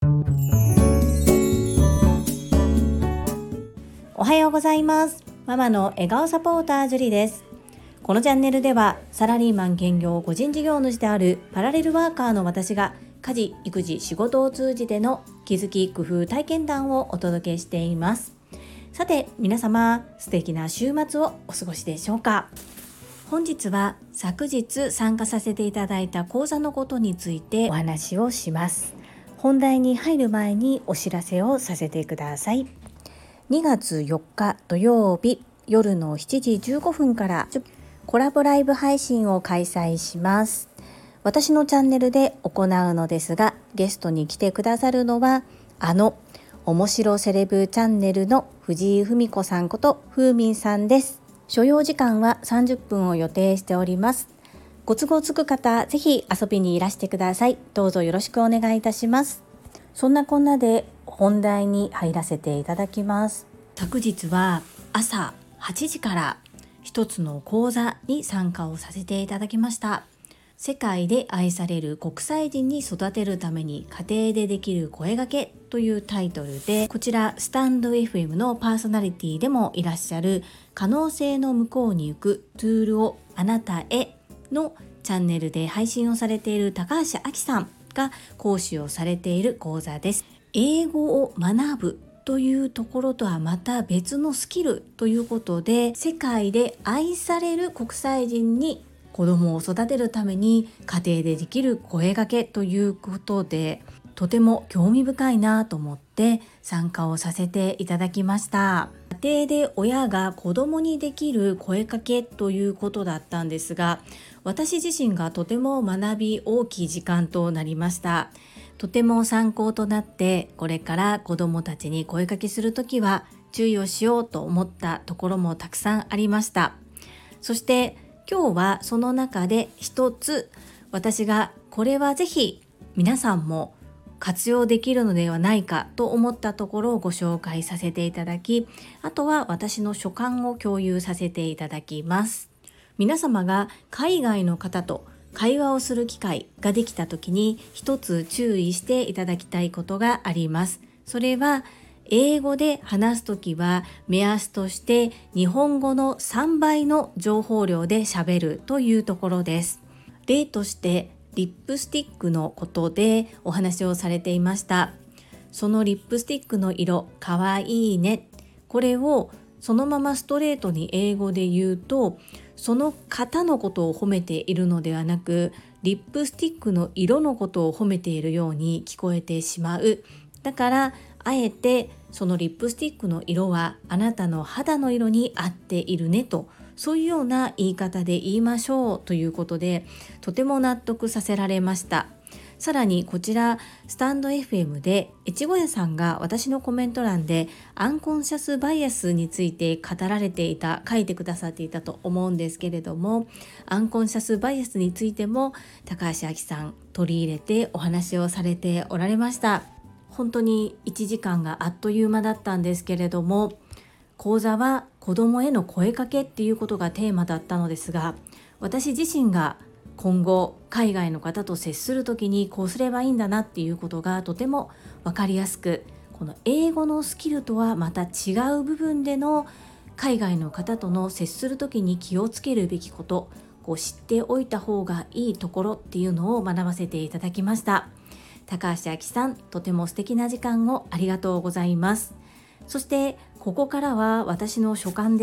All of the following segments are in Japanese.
おはようございます。ママの笑顔サポータージュリです。このチャンネルではサラリーマン兼業個人事業主であるパラレルワーカーの私が家事、育児、仕事を通じての気づき、工夫、体験談をお届けしています。さて皆様、素敵な週末をお過ごしでしょうか。本日は昨日参加させていただいた講座のことについてお話をします。本題に入る前にお知らせをさせてください。2月4日土曜日夜の7時15分からコラボライブ配信を開催します。私のチャンネルで行うのですが、ゲストに来てくださるのは面白セレブチャンネルの藤井文子さんことふーみんさんです。所要時間は30分を予定しております。ご都合つく方、ぜひ遊びにいらしてください。どうぞよろしくお願いいたします。そんなこんなで本題に入らせていただきます。昨日は朝8時から一つの講座に参加をさせていただきました。世界で愛される国際人に育てるために家庭でできる声掛けというタイトルで、こちらスタンド FM のパーソナリティでもいらっしゃる可能性の向こうに行くツールをあなたへのチャンネルで配信をされている高橋明さんが講師をされている講座です。英語を学ぶというところとはまた別のスキルということで、世界で愛される国際人に子供を育てるために家庭でできる声掛けということで、とても興味深いなと思って参加をさせていただきました。家庭で親が子供にできる声かけということだったんですが、私自身がとても学び大きい時間となりました。とても参考となって、これから子供たちに声かけするときは注意をしようと思ったところもたくさんありました。そして今日はその中で一つ、私がこれはぜひ皆さんも活用できるのではないかと思ったところをご紹介させていただき、あとは私の所感を共有させていただきます。皆様が海外の方と会話をする機会ができた時に一つ注意していただきたいことがあります。それは英語で話すときは目安として日本語の3倍の情報量で喋るというところです。例としてリップスティックのことでお話をされていました。そのリップスティックの色かわいいね。これをそのままストレートに英語で言うと、その方のことを褒めているのではなく、リップスティックの色のことを褒めているように聞こえてしまう。だからあえてそのリップスティックの色はあなたの肌の色に合っているねと、そういうような言い方で言いましょうということで、とても納得させられました。さらにこちらスタンド FM で越後屋さんが私のコメント欄でアンコンシャスバイアスについて語られていた、書いてくださっていたと思うんですけれども、アンコンシャスバイアスについても高橋明さん取り入れてお話をされておられました。本当に1時間があっという間だったんですけれども、講座は子供への声かけっていうことがテーマだったのですが、私自身が今後海外の方と接するときにこうすればいいんだなっていうことがとても分かりやすく、この英語のスキルとはまた違う部分での海外の方との接するときに気をつけるべきこと、こう知っておいた方がいいところっていうのを学ばせていただきました。高橋明さん、とても素敵な時間をありがとうございます。そしてここからは私の所感です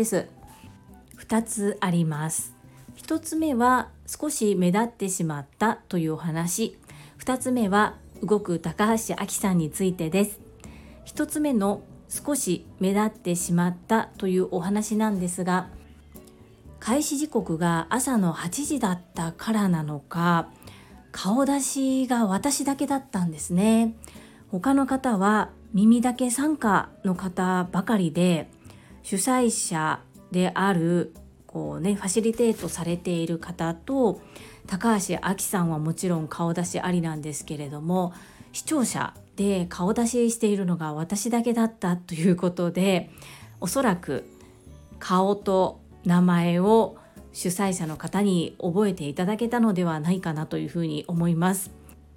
。2つあります。1つ目は少し目立ってしまったというお話、2つ目は動く高橋明さんについてです。1つ目の少し目立ってしまったというお話なんですが、開始時刻が朝の8時だったからなのか、顔出しが私だけだったんですね。他の方は耳だけ参加の方ばかりで、主催者であるファシリテートされている方と高橋明さんはもちろん顔出しありなんですけれども、視聴者で顔出ししているのが私だけだったということで、おそらく顔と名前を主催者の方に覚えていただけたのではないかなというふうに思います。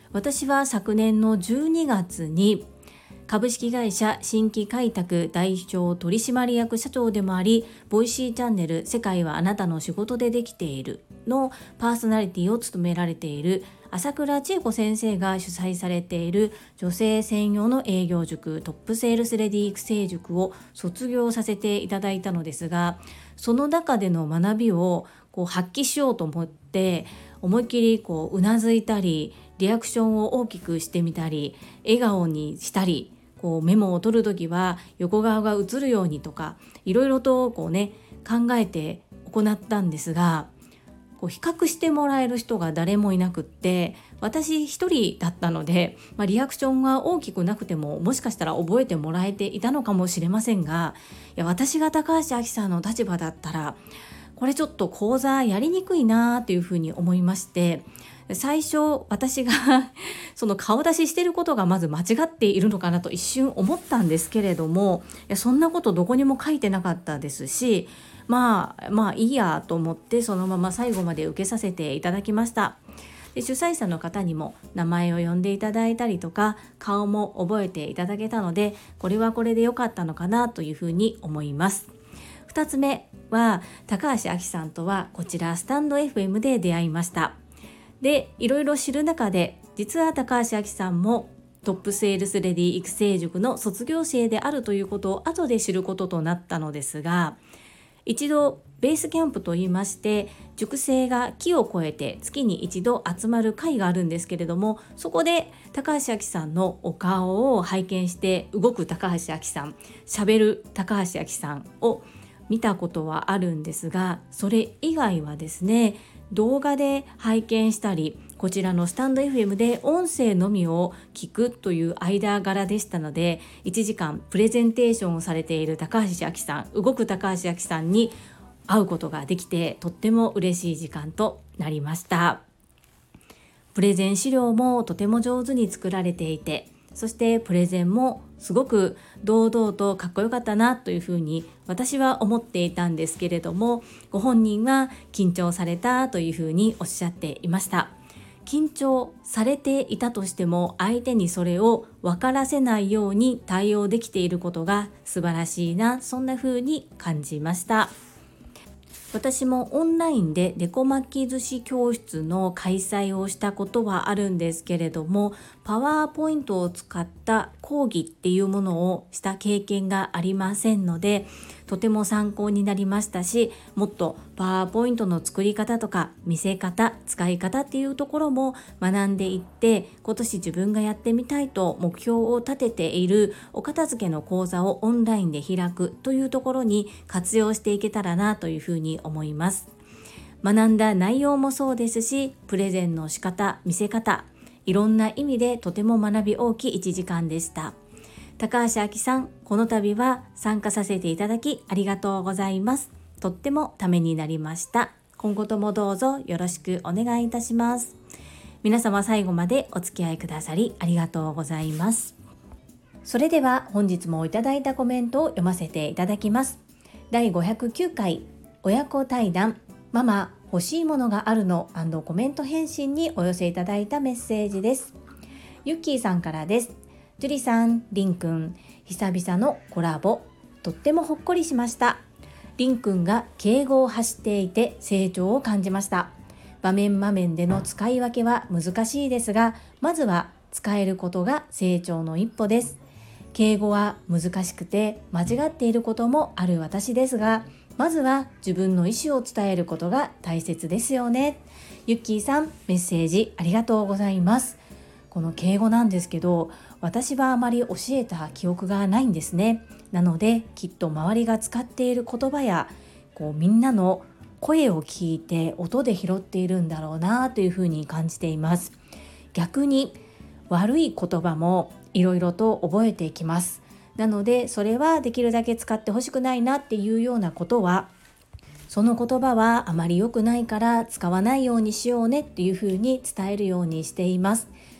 私は昨年の12月に株式会社新規開拓代表取締役社長でもあり、ボイシーチャンネル世界はあなたの仕事でできているのパーソナリティを務められている朝倉千恵子先生が主催されている女性専用の営業塾トップセールスレディ育成塾を卒業させていただいたのですが、その中での学びを発揮しようと思って思いっきりうなずいたり、リアクションを大きくしてみたり、笑顔にしたり、メモを取るときは横顔が映るようにとか、いろいろと考えて行ったんですが、比較してもらえる人が誰もいなくって、私一人だったので、リアクションが大きくなくてももしかしたら覚えてもらえていたのかもしれませんが、私が高橋明さんの立場だったらこれちょっと講座やりにくいなというふうに思いまして、最初私がその顔出ししていることがまず間違っているのかなと一瞬思ったんですけれども、そんなことどこにも書いてなかったですし、まあいいやと思ってそのまま最後まで受けさせていただきました。で、主催者の方にも名前を呼んでいただいたりとか、顔も覚えていただけたので、これはこれで良かったのかなというふうに思います。2つ目は、高橋明さんとはこちらスタンド FM で出会いました。で、いろいろ知る中で、実は高橋明さんもトップセールスレディ育成塾の卒業生であるということを後で知ることとなったのですが、一度ベースキャンプといいまして、塾生が期を超えて月に一度集まる会があるんですけれども、そこで高橋明さんのお顔を拝見して、動く高橋明さん、喋る高橋明さんを見たことはあるんですが、それ以外はですね、動画で拝見したり、こちらのスタンド FM で音声のみを聞くという間柄でしたので、1時間プレゼンテーションをされている高橋明さん、動く高橋明さんに会うことができて、とっても嬉しい時間となりました。プレゼン資料もとても上手に作られていて、そしてプレゼンもすごく堂々とかっこよかったなというふうに私は思っていたんですけれども、ご本人は緊張されたというふうにおっしゃっていました。緊張されていたとしても、相手にそれを分からせないように対応できていることが素晴らしいな、そんなふうに感じました。私もオンラインでデコ巻き寿司教室の開催をしたことはあるんですけれども、パワーポイントを使った講義っていうものをした経験がありませんので、とても参考になりましたし、もっとパワーポイントの作り方とか見せ方、使い方っていうところも学んでいって、今年自分がやってみたいと目標を立てているお片付けの講座をオンラインで開くというところに活用していけたらなというふうに思います。学んだ内容もそうですし、プレゼンの仕方、見せ方、いろんな意味でとても学び大きい1時間でした。高橋明さん、この度は参加させていただきありがとうございます。とってもためになりました。今後ともどうぞよろしくお願いいたします。皆様最後までお付き合いくださりありがとうございます。それでは本日もいただいたコメントを読ませていただきます。第509回親子対談、ママ欲しいものがあるの&コメント返信にお寄せいただいたメッセージです。ゆっきーさんからです。ジュリさん、りんくん、久々のコラボ、とってもほっこりしました。りんくんが敬語を発していて成長を感じました。場面場面での使い分けは難しいですが、まずは使えることが成長の一歩です。敬語は難しくて間違っていることもある私ですが、まずは自分の意思を伝えることが大切ですよね。ゆっきーさん、メッセージありがとうございます。この敬語なんですけど、私はあまり教えた記憶がないんですね。なのできっと周りが使っている言葉やみんなの声を聞いて音で拾っているんだろうなというふうに感じています。逆に悪い言葉もいろいろと覚えていきます。なのでそれはできるだけ使ってほしくないなっていうようなことは、その言葉はあまり良くないから使わないようにしようねっていうふうに伝えるようにしています。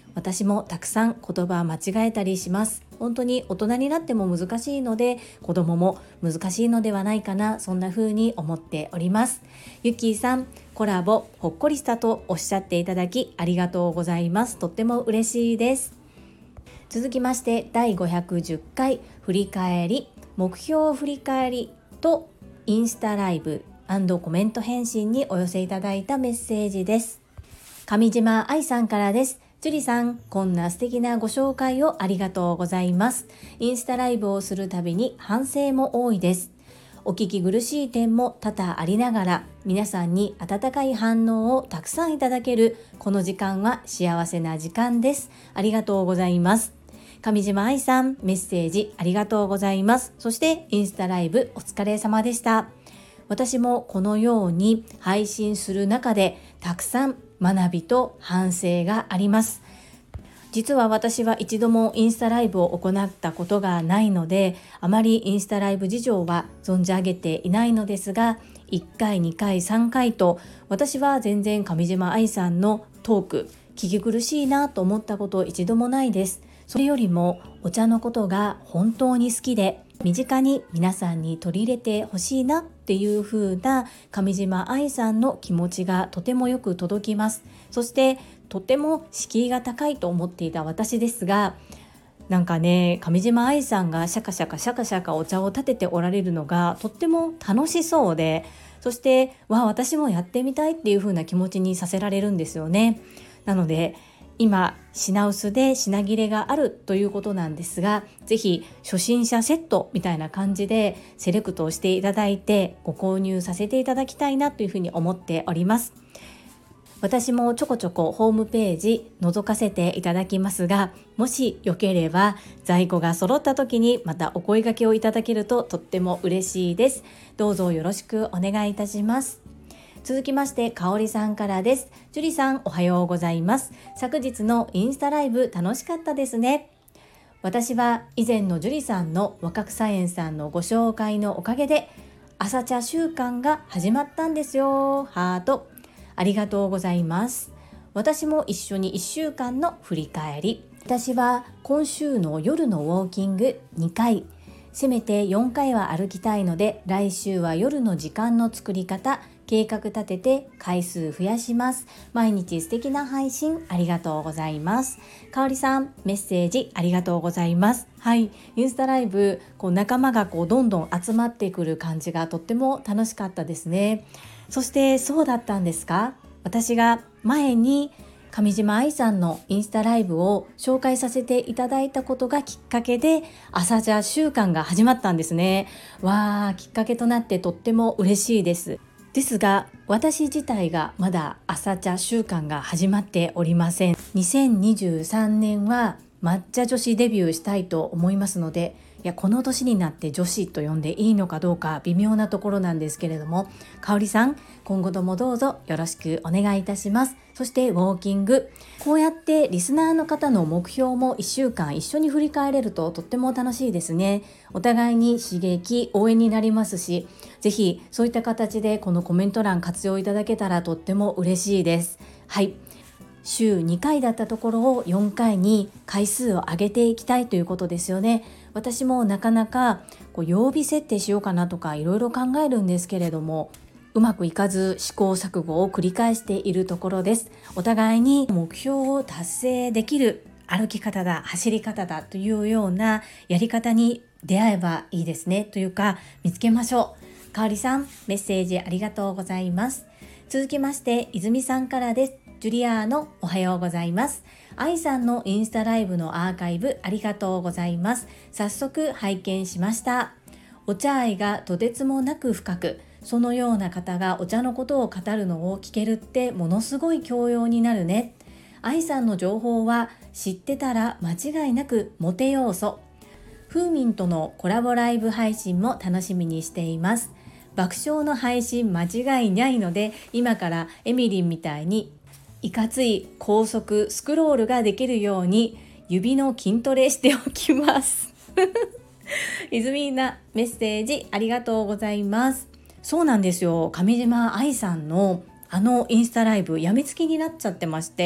私もたくさん言葉間違えたりします。本当に大人になっても難しいので、子供も難しいのではないかな、そんな風に思っております。ゆきーさん、コラボほっこりしたとおっしゃっていただきありがとうございます。とっても嬉しいです。続きまして第510回振り返り、目標振り返りとインスタライブ&コメント返信にお寄せいただいたメッセージです。上島愛さんからです。ジュリさん、こんな素敵なご紹介をありがとうございます。インスタライブをするたびに反省も多いです。お聞き苦しい点も多々ありながら、皆さんに温かい反応をたくさんいただけるこの時間は幸せな時間です。ありがとうございます。上島愛さん、メッセージありがとうございます。そしてインスタライブお疲れ様でした。私もこのように配信する中でたくさん学びと反省があります。実は私は一度もインスタライブを行ったことがないので、あまりインスタライブ事情は存じ上げていないのですが、1回2回3回と私は全然上島愛さんのトーク聞き苦しいなと思ったこと一度もないです。それよりもお茶のことが本当に好きで、身近に皆さんに取り入れてほしいなっていう風な上島愛さんの気持ちがとてもよく届きます。そしてとても敷居が高いと思っていた私ですが、なんかね、上島愛さんがシャカシャカシャカシャカお茶を立てておられるのがとっても楽しそうで、そして私もやってみたいっていう風な気持ちにさせられるんですよね。なので今品薄で品切れがあるということなんですが、ぜひ初心者セットみたいな感じでセレクトをしていただいてご購入させていただきたいなというふうに思っております。私もちょこちょこホームページ覗かせていただきますが、もしよければ在庫が揃った時にまたお声掛けをいただけるととっても嬉しいです。どうぞよろしくお願いいたします。続きましてかおりさんからです。ジュリさん、おはようございます。昨日のインスタライブ楽しかったですね。私は以前のジュリさんの若草園さんのご紹介のおかげで朝茶習慣が始まったんですよ。ハートありがとうございます。私も一緒に1週間の振り返り。私は今週の夜のウォーキング2回、せめて4回は歩きたいので、来週は夜の時間の作り方計画立てて回数増やします。毎日素敵な配信ありがとうございます。かおりさん、メッセージありがとうございます。はい、インスタライブ仲間がどんどん集まってくる感じがとっても楽しかったですね。そしてそうだったんですか、私が前に上島愛さんのインスタライブを紹介させていただいたことがきっかけで朝茶習慣が始まったんですね。きっかけとなってとっても嬉しいです。ですが私自体がまだ朝茶習慣が始まっておりません。2023年は抹茶女子デビューしたいと思いますので、この年になって女子と呼んでいいのかどうか微妙なところなんですけれども、かおりさん、今後ともどうぞよろしくお願いいたします。そしてウォーキング、こうやってリスナーの方の目標も1週間一緒に振り返れるととっても楽しいですね。お互いに刺激応援になりますし、ぜひそういった形でこのコメント欄活用いただけたらとっても嬉しいです。はい、週2回だったところを4回に回数を上げていきたいということですよね。私もなかなか曜日設定しようかなとかいろいろ考えるんですけれども、うまくいかず試行錯誤を繰り返しているところです。お互いに目標を達成できる歩き方だ、走り方だというようなやり方に出会えばいいですね。というか見つけましょう。かおりさん、メッセージありがとうございます。続きまして泉さんからです。ジュリアーノ、おはようございます。愛さんのインスタライブのアーカイブありがとうございます。早速拝見しました。お茶愛がとてつもなく深く、そのような方がお茶のことを語るのを聞けるってものすごい教養になるね。愛さんの情報は知ってたら間違いなくモテ要素。フーミンとのコラボライブ配信も楽しみにしています。爆笑の配信間違いないので、今からエミリンみたいにいかつい高速スクロールができるように指の筋トレしておきます泉なメッセージありがとうございます。そうなんですよ、上島愛さんのインスタライブやみつきになっちゃってまして、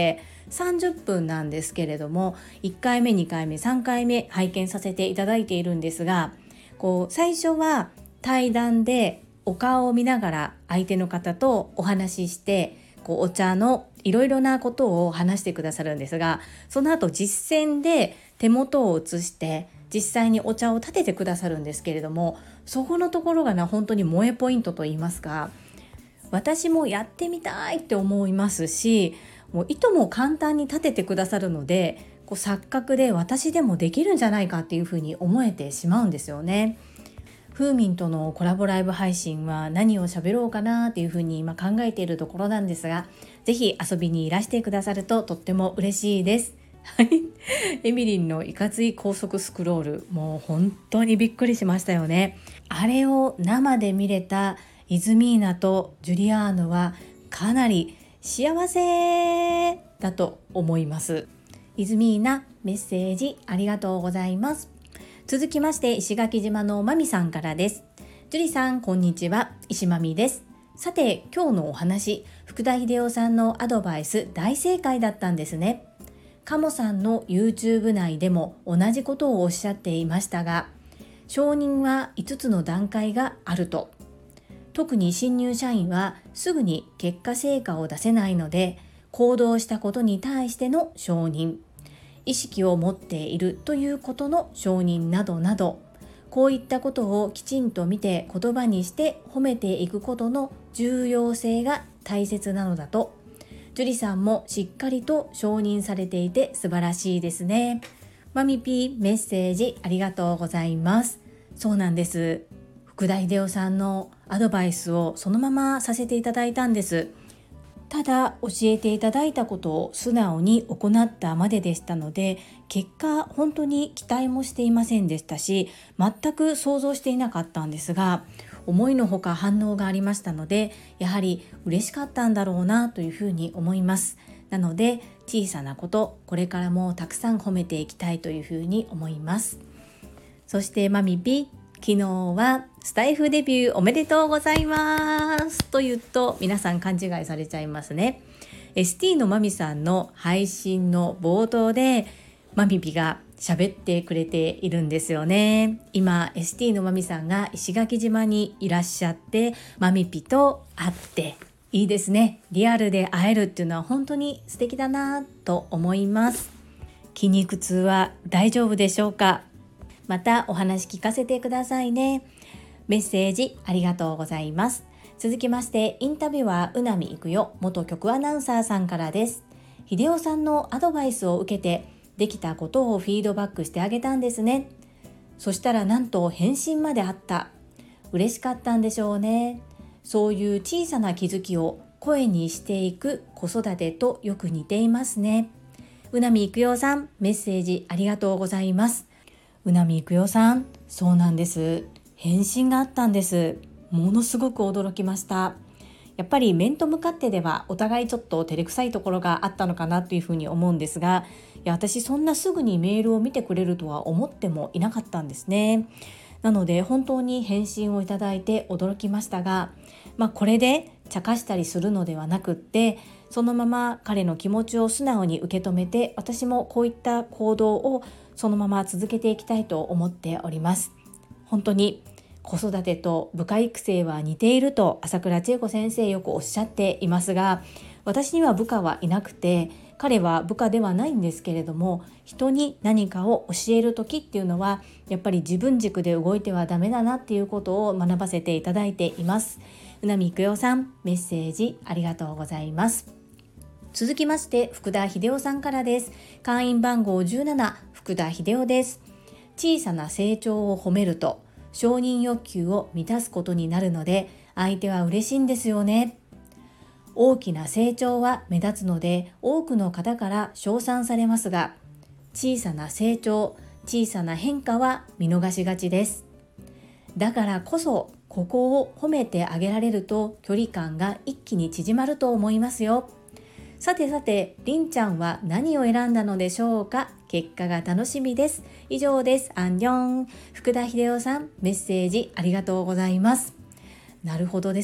30分なんですけれども、1回目2回目3回目拝見させていただいているんですが、最初は対談でお顔を見ながら相手の方とお話しして、お茶のいろいろなことを話してくださるんですが、その後実践で手元を映して実際にお茶を立ててくださるんですけれども、そこのところが本当に萌えポイントといいますか、私もやってみたいって思いますし、もういとも簡単に立ててくださるので、錯覚で私でもできるんじゃないかっていうふうに思えてしまうんですよね。ふーみんとのコラボライブ配信は何を喋ろうかなっていうふうに今考えているところなんですが、ぜひ遊びにいらしてくださるととっても嬉しいです。エミリンのいかつい高速スクロール、もう本当にびっくりしましたよね。あれを生で見れたイズミーナとジュリアーノはかなり幸せだと思います。イズミーナ、メッセージありがとうございます。続きまして石垣島のまみさんからです。ジュリさんこんにちは、石まみです。さて今日のお話、福田秀夫さんのアドバイス大正解だったんですね。カモさんの YouTube 内でも同じことをおっしゃっていましたが、承認は5つの段階があると。特に新入社員はすぐに結果成果を出せないので、行動したことに対しての承認、意識を持っているということの承認などなど、こういったことをきちんと見て言葉にして褒めていくことの重要性が大切なのだと。ジュリさんもしっかりと承認されていて素晴らしいですね。マミピー、メッセージありがとうございます。そうなんです。福田秀夫さんのアドバイスをそのままさせていただいたんです。ただ教えていただいたことを素直に行ったまででしたので、結果本当に期待もしていませんでしたし、全く想像していなかったんですが、思いのほか反応がありましたので、やはり嬉しかったんだろうなというふうに思います。なので小さなこと、これからもたくさん褒めていきたいというふうに思います。そしてマミピ、昨日はスタイフデビューおめでとうございますと言うと皆さん勘違いされちゃいますね。ST のマミさんの配信の冒頭でマミピが喋ってくれているんですよね。今 ST のマミさんが石垣島にいらっしゃって、マミピと会っていいですね。リアルで会えるっていうのは本当に素敵だなと思います。筋肉痛は大丈夫でしょうか？またお話聞かせてくださいね。メッセージありがとうございます。続きましてインタビュアーうなみいくよ元局アナウンサーさんからです。秀夫さんのアドバイスを受けてできたことをフィードバックしてあげたんですね。そしたらなんと返信まであった。嬉しかったんでしょうね。そういう小さな気づきを声にしていく子育てとよく似ていますね。うなみいくよさん、メッセージありがとうございます。うなみいくよさん、そうなんです。返信があったんです。ものすごく驚きました。やっぱり面と向かってではお互いちょっと照れくさいところがあったのかなというふうに思うんですが、私そんなすぐにメールを見てくれるとは思ってもいなかったんですね。なので本当に返信をいただいて驚きましたが、これで茶化したりするのではなくって、そのまま彼の気持ちを素直に受け止めて、私もこういった行動をそのまま続けていきたいと思っております。本当に子育てと部下育成は似ていると朝倉千恵子先生よくおっしゃっていますが、私には部下はいなくて、彼は部下ではないんですけれども、人に何かを教える時っていうのはやっぱり自分軸で動いてはダメだなっていうことを学ばせていただいています。うなみいくよさん、メッセージありがとうございます。続きまして福田秀夫さんからです。会員番号17、福田秀夫です。小さな成長を褒めると承認欲求を満たすことになるので、相手は嬉しいんですよね。大きな成長は目立つので多くの方から称賛されますが、小さな成長、小さな変化は見逃しがちです。だからこそここを褒めてあげられると距離感が一気に縮まると思いますよ。さて、りんちゃんは何を選んだのでしょうか。結果が楽しみです。以上です。アンニョン。福田秀夫さん、メッセージありがとうございます。なるほどです。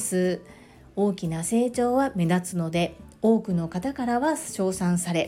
大きな成長は目立つので多くの方からは称賛され、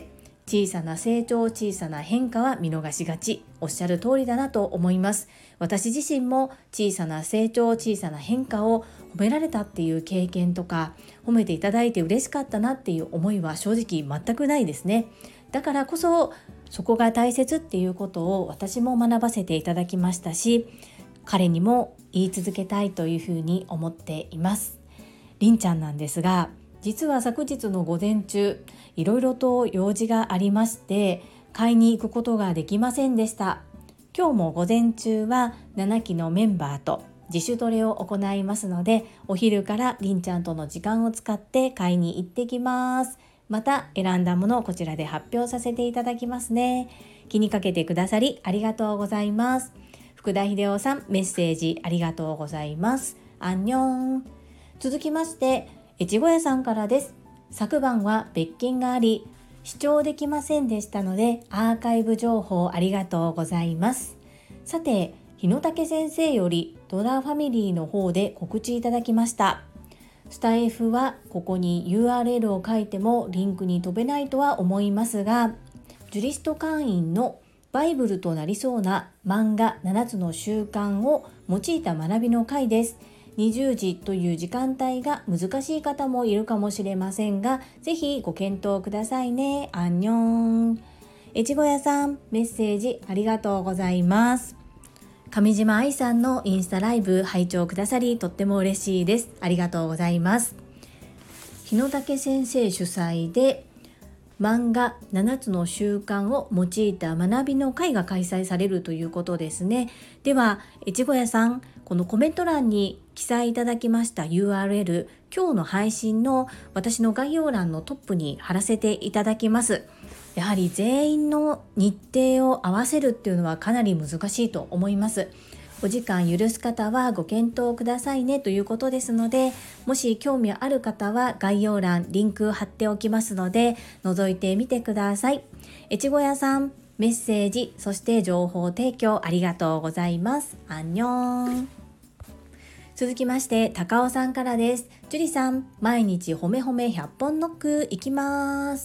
小さな成長、小さな変化は見逃しがち。おっしゃる通りだなと思います。私自身も小さな成長、小さな変化を褒められたっていう経験とか、褒めていただいて嬉しかったなっていう思いは正直全くないですね。だからこそそこが大切っていうことを私も学ばせていただきましたし、彼にも言い続けたいというふうに思っています。りんちゃんなんですが、実は昨日の午前中いろいろと用事がありまして買いに行くことができませんでした。今日も午前中は7期のメンバーと自主トレを行いますので、お昼からりんちゃんとの時間を使って買いに行ってきます。また選んだものをこちらで発表させていただきますね。気にかけてくださりありがとうございます。福田秀夫さん、メッセージありがとうございます。アンニョン。続きまして越後屋さんからです。昨晩は別件があり視聴できませんでしたのでアーカイブ情報ありがとうございます。さて、日野武先生よりドラファミリーの方で告知いただきました。スタイフはここに URL を書いてもリンクに飛べないとは思いますが、ジュリスト会員のバイブルとなりそうな漫画7つの習慣を用いた学びの会です。20時という時間帯が難しい方もいるかもしれませんが、ぜひご検討くださいね。アンニョン。越後屋さん、メッセージありがとうございます。上島愛さんのインスタライブ拝聴くださりとっても嬉しいです。ありがとうございます。日野武先生主催で漫画7つの習慣を用いた学びの会が開催されるということですね。では越後屋さん、このコメント欄に記載いただきました URL、 今日の配信の私の概要欄のトップに貼らせていただきます。やはり全員の日程を合わせるっていうのはかなり難しいと思います。お時間許す方はご検討くださいねということですので、もし興味ある方は概要欄リンク貼っておきますので覗いてみてください。越後屋さん、メッセージそして情報提供ありがとうございます。アンニョン。続きまして高尾さんからです。ジュリさん、毎日褒め褒め100本ノックいきます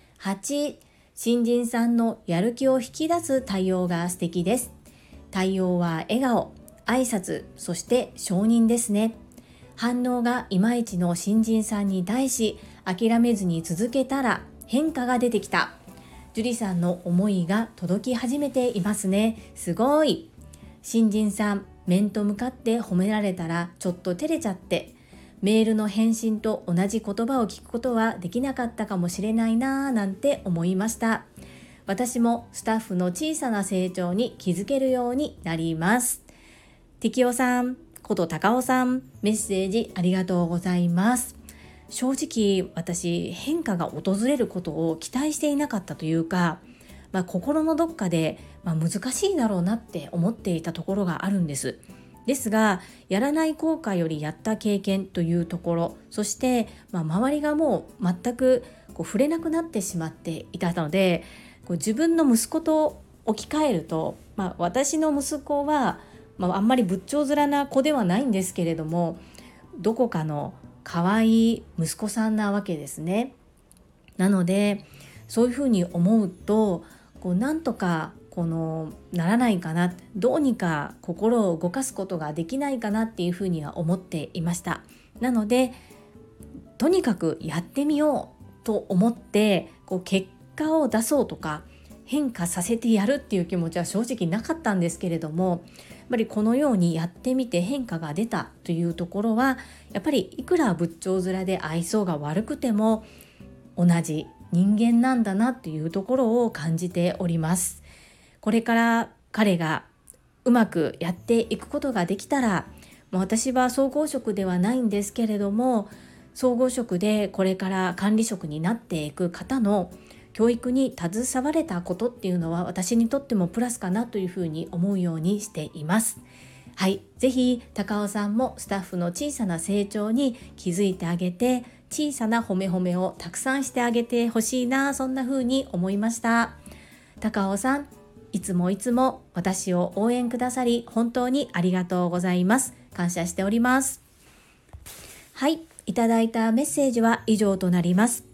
。8、新人さんのやる気を引き出す対応が素敵です。対応は笑顔、挨拶、そして承認ですね。反応がいまいちの新人さんに対し諦めずに続けたら変化が出てきた。ジュリさんの思いが届き始めていますね。すごい。新人さん、面と向かって褒められたらちょっと照れちゃってメールの返信と同じ言葉を聞くことはできなかったかもしれないなぁなんて思いました。私もスタッフの小さな成長に気づけるようになります。適代さんこと高尾さん、メッセージありがとうございます。正直私変化が訪れることを期待していなかったというか、心のどっかで、難しいだろうなって思っていたところがあるんです。ですが、やらない後悔よりやった経験というところ、そして、周りがもう全く触れなくなってしまっていたので、自分の息子と置き換えると、私の息子は、あんまり仏頂面な子ではないんですけれども、どこかの可愛い息子さんなわけですね。なのでそういうふうに思うと、なんとかならないかな、どうにか心を動かすことができないかなっていうふうには思っていました。なのでとにかくやってみようと思って結果を出そうとか変化させてやるっていう気持ちは正直なかったんですけれども、やっぱりこのようにやってみて変化が出たというところは、やっぱりいくら仏頂面で愛想が悪くても同じ人間なんだなっていうところを感じております。これから彼がうまくやっていくことができたら、私は総合職ではないんですけれども、総合職でこれから管理職になっていく方の教育に携われたことっていうのは私にとってもプラスかなというふうに思うようにしています。はい、ぜひ高尾さんもスタッフの小さな成長に気づいてあげて、小さな褒め褒めをたくさんしてあげてほしいな、そんな風に思いました。高尾さん、いつも私を応援くださり本当にありがとうございます。感謝しております。はい、いただいたメッセージは以上となります。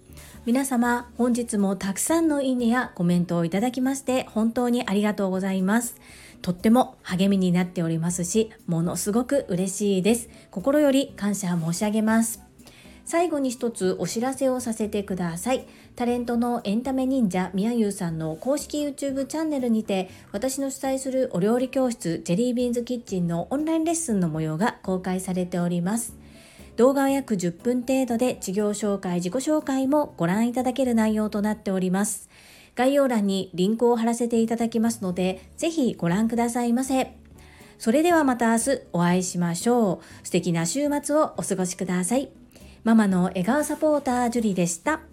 皆様、本日もたくさんのいいねやコメントをいただきまして本当にありがとうございます。とっても励みになっておりますし、ものすごく嬉しいです。心より感謝申し上げます。最後に一つお知らせをさせてください。タレントのエンタメ忍者みやゆうさんの公式 YouTube チャンネルにて、私の主催するお料理教室ジェリービーンズキッチンのオンラインレッスンの模様が公開されております。動画は約10分程度で事業紹介、自己紹介もご覧いただける内容となっております。概要欄にリンクを貼らせていただきますので、ぜひご覧くださいませ。それではまた明日お会いしましょう。素敵な週末をお過ごしください。ママの笑顔サポータージュリでした。